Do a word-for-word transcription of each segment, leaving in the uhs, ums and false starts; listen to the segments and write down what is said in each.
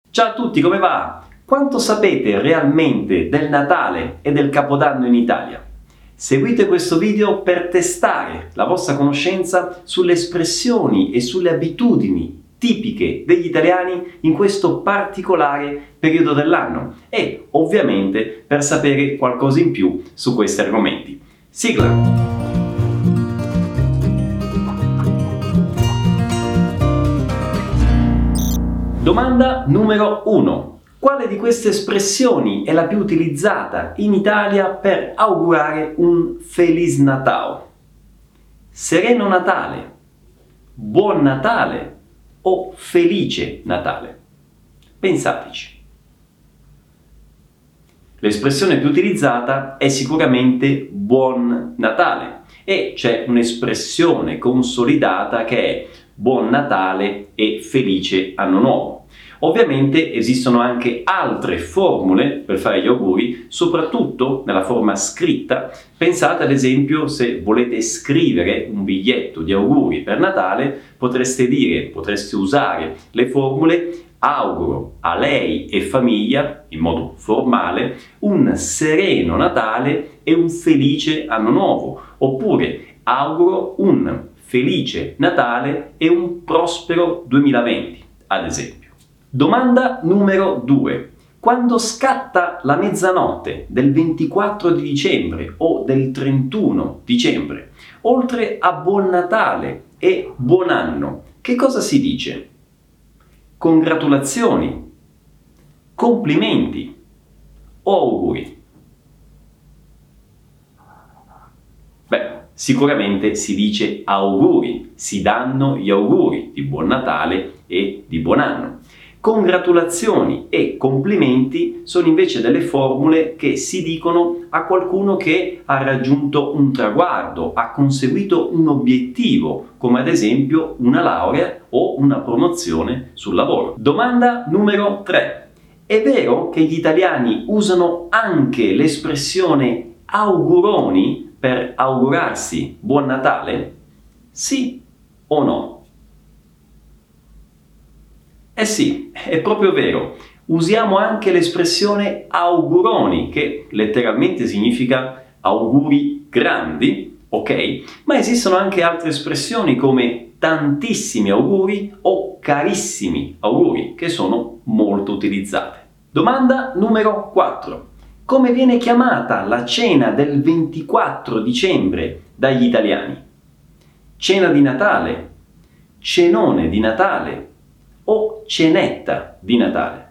Ciao a tutti, come va? Quanto sapete realmente del Natale e del Capodanno in Italia? Seguite questo video per testare la vostra conoscenza sulle espressioni e sulle abitudini tipiche degli italiani in questo particolare periodo dell'anno e ovviamente per sapere qualcosa in più su questi argomenti. Sigla! Domanda numero uno. Quale di queste espressioni è la più utilizzata in Italia per augurare un Feliz Natal? Sereno Natale, Buon Natale o Felice Natale? Pensateci. L'espressione più utilizzata è sicuramente Buon Natale e c'è un'espressione consolidata che è Buon Natale e Felice Anno Nuovo. Ovviamente esistono anche altre formule per fare gli auguri, soprattutto nella forma scritta. Pensate ad esempio se volete scrivere un biglietto di auguri per Natale, potreste dire, potreste usare le formule auguro a lei e famiglia, in modo formale, un sereno Natale e un felice Anno Nuovo, oppure auguro un felice Natale e un prospero duemilaventi, ad esempio. Domanda numero due. Quando scatta la mezzanotte del ventiquattro di dicembre o del trentuno dicembre, oltre a Buon Natale e Buon Anno, che cosa si dice? Congratulazioni, complimenti o auguri? Beh, sicuramente si dice auguri, si danno gli auguri di Buon Natale e di Buon Anno. Congratulazioni e complimenti sono invece delle formule che si dicono a qualcuno che ha raggiunto un traguardo, ha conseguito un obiettivo, come ad esempio una laurea o una promozione sul lavoro. Domanda numero tre. È vero che gli italiani usano anche l'espressione auguroni per augurarsi Buon Natale? Sì o no? Eh sì, è proprio vero. Usiamo anche l'espressione auguroni, che letteralmente significa auguri grandi, ok? Ma esistono anche altre espressioni come tantissimi auguri o carissimi auguri, che sono molto utilizzate. Domanda numero quattro. Come viene chiamata la cena del ventiquattro dicembre dagli italiani? Cena di Natale, cenone di Natale o cenetta di Natale?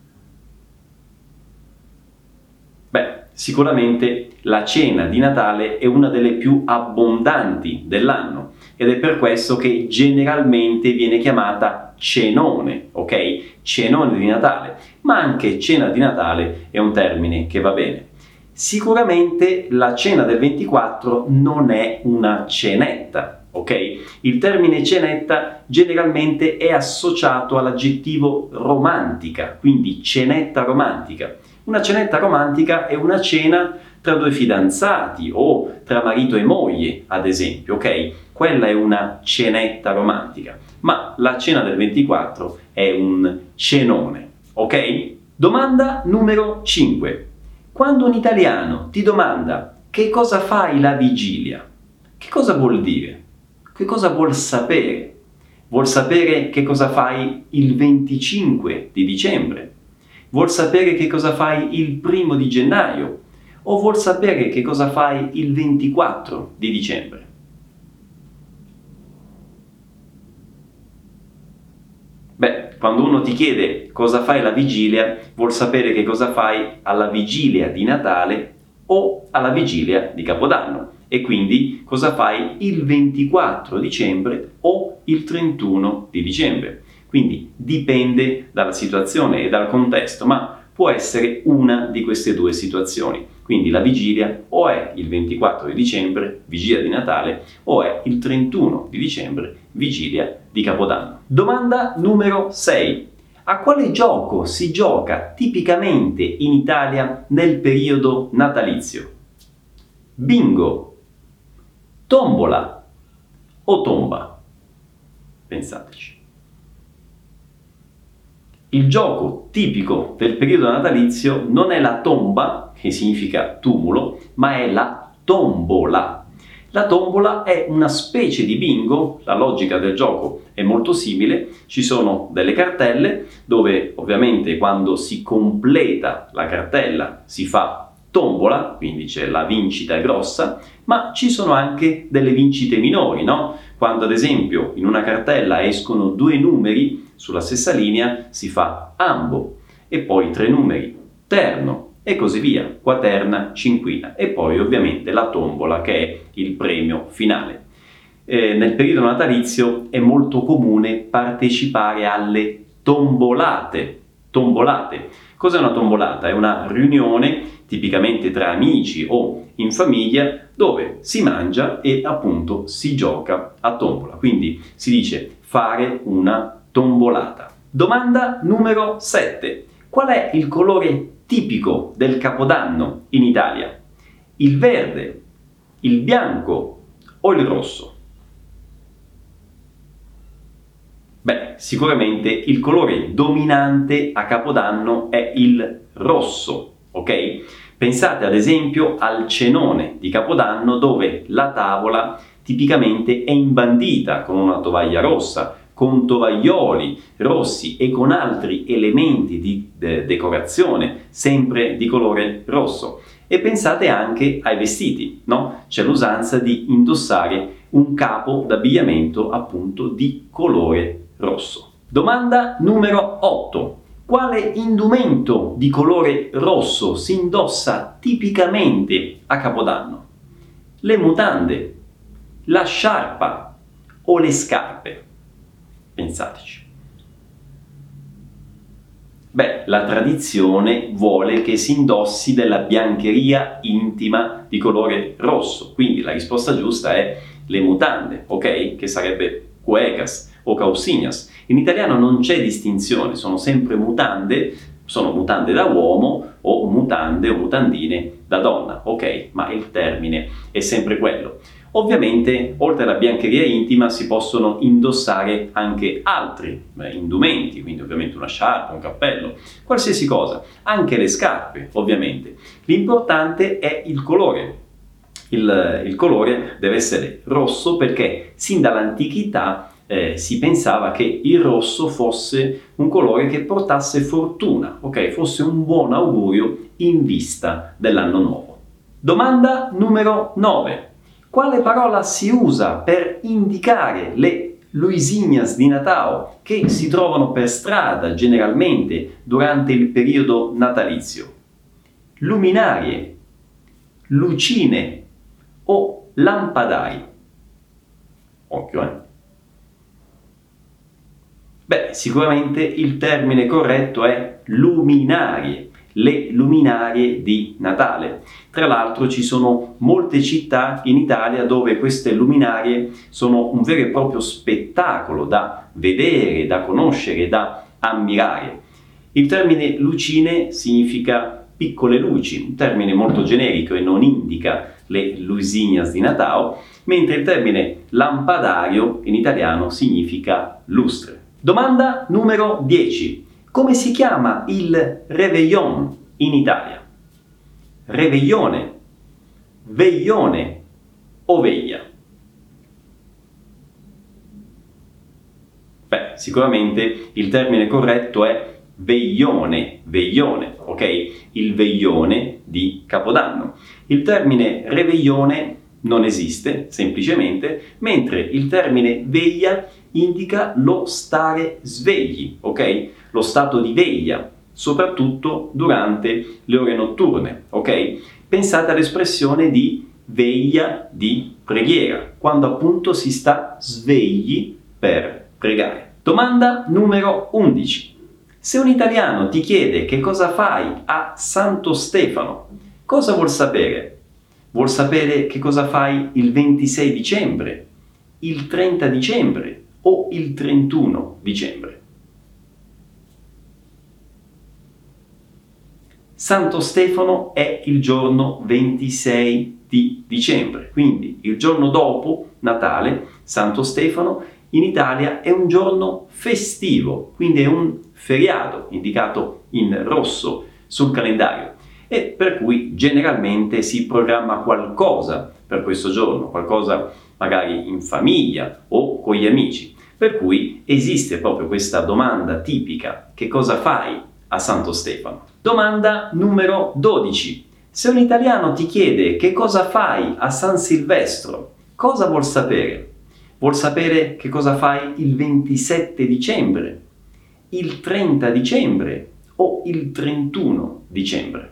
Beh, sicuramente la cena di Natale è una delle più abbondanti dell'anno ed è per questo che generalmente viene chiamata cenone, ok? Cenone di Natale, ma anche cena di Natale è un termine che va bene. Sicuramente la cena del ventiquattro non è una cenetta. Okay? Il termine cenetta generalmente è associato all'aggettivo romantica, quindi cenetta romantica. Una cenetta romantica è una cena tra due fidanzati o tra marito e moglie, ad esempio, ok? Quella è una cenetta romantica, ma la cena del ventiquattro è un cenone, ok? Domanda numero cinque. Quando un italiano ti domanda che cosa fai la vigilia, che cosa vuol dire? Che cosa vuol sapere? Vuol sapere che cosa fai il venticinque di dicembre? Vuol sapere che cosa fai il primo di gennaio? O vuol sapere che cosa fai il ventiquattro di dicembre? Beh, quando uno ti chiede cosa fai alla vigilia, vuol sapere che cosa fai alla vigilia di Natale o alla vigilia di Capodanno. E quindi cosa fai il ventiquattro dicembre o il trentuno di dicembre. Quindi dipende dalla situazione e dal contesto, ma può essere una di queste due situazioni. Quindi la vigilia o è il ventiquattro di dicembre, vigilia di Natale, o è il trentuno di dicembre, vigilia di Capodanno. Domanda numero sei. A quale gioco si gioca tipicamente in Italia nel periodo natalizio? Bingo, tombola o tomba? Pensateci. Il gioco tipico del periodo natalizio non è la tomba, che significa tumulo, ma è la tombola. La tombola è una specie di bingo, la logica del gioco è molto simile, ci sono delle cartelle dove ovviamente quando si completa la cartella si fa tombola, quindi c'è la vincita grossa, ma ci sono anche delle vincite minori, no? Quando ad esempio in una cartella escono due numeri sulla stessa linea si fa ambo e poi tre numeri, terno e così via, quaterna, cinquina e poi ovviamente la tombola che è il premio finale. Eh, nel periodo natalizio è molto comune partecipare alle tombolate. Tombolate. Cos'è una tombolata? È una riunione tipicamente tra amici o in famiglia dove si mangia e appunto si gioca a tombola. Quindi si dice fare una tombolata. Domanda numero sette. Qual è il colore tipico del Capodanno in Italia? Il verde, il bianco o il rosso? Beh, sicuramente il colore dominante a Capodanno è il rosso, ok? Pensate ad esempio al cenone di Capodanno dove la tavola tipicamente è imbandita con una tovaglia rossa, con tovaglioli rossi e con altri elementi di de- decorazione, sempre di colore rosso. E pensate anche ai vestiti, no? C'è l'usanza di indossare un capo d'abbigliamento appunto di colore rosso. Domanda numero otto. Quale indumento di colore rosso si indossa tipicamente a Capodanno? Le mutande, la sciarpa o le scarpe? Pensateci. Beh, la tradizione vuole che si indossi della biancheria intima di colore rosso, quindi la risposta giusta è le mutande, ok? Che sarebbe cuecas o causinhas. In italiano non c'è distinzione, sono sempre mutande, sono mutande da uomo o mutande o mutandine da donna, ok? Ma il termine è sempre quello. Ovviamente, oltre alla biancheria intima, si possono indossare anche altri eh, indumenti, quindi ovviamente una sciarpa, un cappello, qualsiasi cosa, anche le scarpe, ovviamente. L'importante è il colore. Il, il colore deve essere rosso perché sin dall'antichità eh, si pensava che il rosso fosse un colore che portasse fortuna, ok? Fosse un buon augurio in vista dell'anno nuovo. Domanda numero nove. Quale parola si usa per indicare le luisinhas di Natale che si trovano per strada generalmente durante il periodo natalizio? Luminarie, lucine o lampadari? Occhio, eh! Beh, sicuramente il termine corretto è luminarie. Le luminarie di Natale. Tra l'altro ci sono molte città in Italia dove queste luminarie sono un vero e proprio spettacolo da vedere, da conoscere, da ammirare. Il termine lucine significa piccole luci, un termine molto generico e non indica le luisinhas di Natale, mentre il termine lampadario in italiano significa lustre. Domanda numero dieci. Come si chiama il Réveillon in Italia? Reveglione, veglione o veglia? Beh, sicuramente il termine corretto è veglione, veglione, ok? Il veglione di Capodanno. Il termine reveglione non esiste, semplicemente, mentre il termine veglia indica lo stare svegli, ok? Lo stato di veglia, soprattutto durante le ore notturne, ok? Pensate all'espressione di veglia di preghiera, quando appunto si sta svegli per pregare. Domanda numero undici. Se un italiano ti chiede che cosa fai a Santo Stefano, cosa vuol sapere? Vuol sapere che cosa fai il ventisei dicembre, il trenta dicembre o il trentuno dicembre? Santo Stefano è il giorno ventisei di dicembre, quindi il giorno dopo Natale, Santo Stefano, in Italia è un giorno festivo, quindi è un feriato indicato in rosso sul calendario e per cui generalmente si programma qualcosa per questo giorno, qualcosa magari in famiglia o con gli amici. Per cui esiste proprio questa domanda tipica: che cosa fai a Santo Stefano? Domanda numero dodici. Se un italiano ti chiede che cosa fai a San Silvestro, cosa vuol sapere? Vuol sapere che cosa fai il ventisette dicembre, il trenta dicembre o il trentuno dicembre?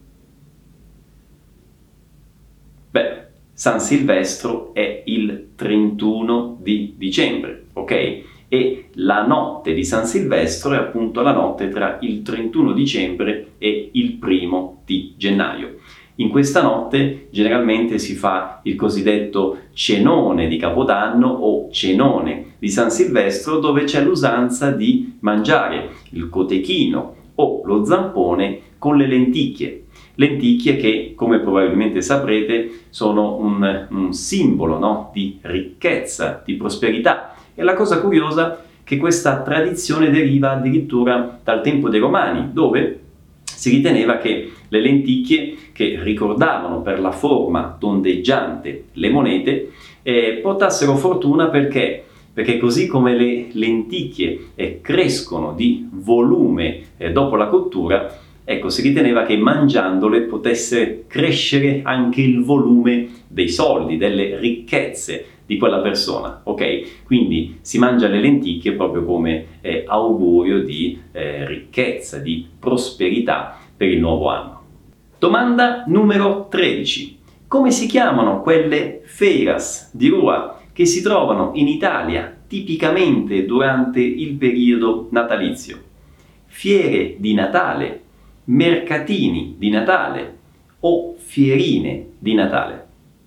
Beh, San Silvestro è il trentuno di dicembre, ok? E la notte di San Silvestro è appunto la notte tra il trentuno dicembre e il primo di gennaio. In questa notte generalmente si fa il cosiddetto cenone di Capodanno o cenone di San Silvestro, dove c'è l'usanza di mangiare il cotechino o lo zampone con le lenticchie. Lenticchie che, come probabilmente saprete, sono un, un simbolo, no? Di ricchezza, di prosperità. E la cosa curiosa è che questa tradizione deriva addirittura dal tempo dei Romani, dove si riteneva che le lenticchie, che ricordavano per la forma tondeggiante le monete, eh, portassero fortuna perché perché così come le lenticchie eh, crescono di volume eh, dopo la cottura, ecco, si riteneva che mangiandole potesse crescere anche il volume dei soldi, delle ricchezze di quella persona, ok? Quindi si mangia le lenticchie proprio come eh, augurio di eh, ricchezza, di prosperità per il nuovo anno. Domanda numero tredici. Come si chiamano quelle feiras di rua che si trovano in Italia tipicamente durante il periodo natalizio? Fiere di Natale, mercatini di Natale o fierine di Natale?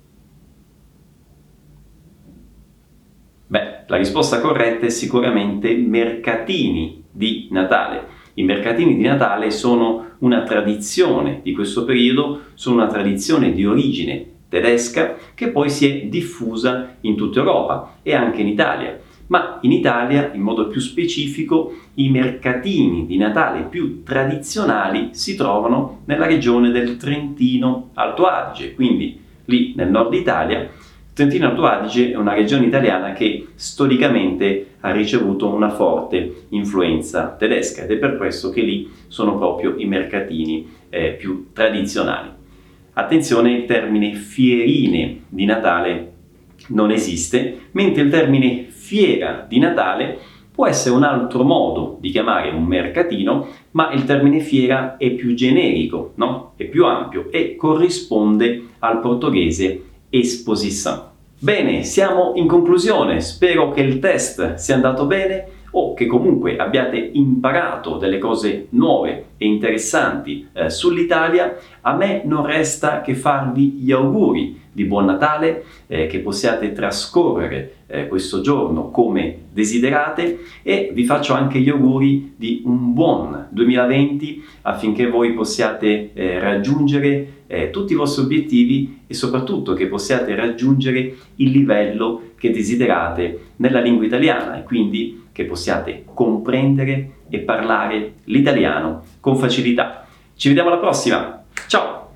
Beh, la risposta corretta è sicuramente mercatini di Natale. I mercatini di Natale sono una tradizione di questo periodo, sono una tradizione di origine tedesca che poi si è diffusa in tutta Europa e anche in Italia. Ma in Italia, in modo più specifico, i mercatini di Natale più tradizionali si trovano nella regione del Trentino Alto Adige, quindi lì nel nord Italia. Trentino Alto Adige è una regione italiana che storicamente ha ricevuto una forte influenza tedesca ed è per questo che lì sono proprio i mercatini eh, più tradizionali. Attenzione, il termine fierine di Natale non esiste, mentre il termine fiera di Natale può essere un altro modo di chiamare un mercatino, ma il termine fiera è più generico, no? È più ampio e corrisponde al portoghese exposição. Bene, siamo in conclusione, spero che il test sia andato bene o che comunque abbiate imparato delle cose nuove e interessanti eh, sull'Italia. A me non resta che farvi gli auguri di buon Natale, eh, che possiate trascorrere eh, questo giorno come desiderate e vi faccio anche gli auguri di un buon duemilaventi affinché voi possiate eh, raggiungere eh, tutti i vostri obiettivi e soprattutto che possiate raggiungere il livello che desiderate nella lingua italiana e quindi che possiate comprendere e parlare l'italiano con facilità. Ci vediamo alla prossima, ciao!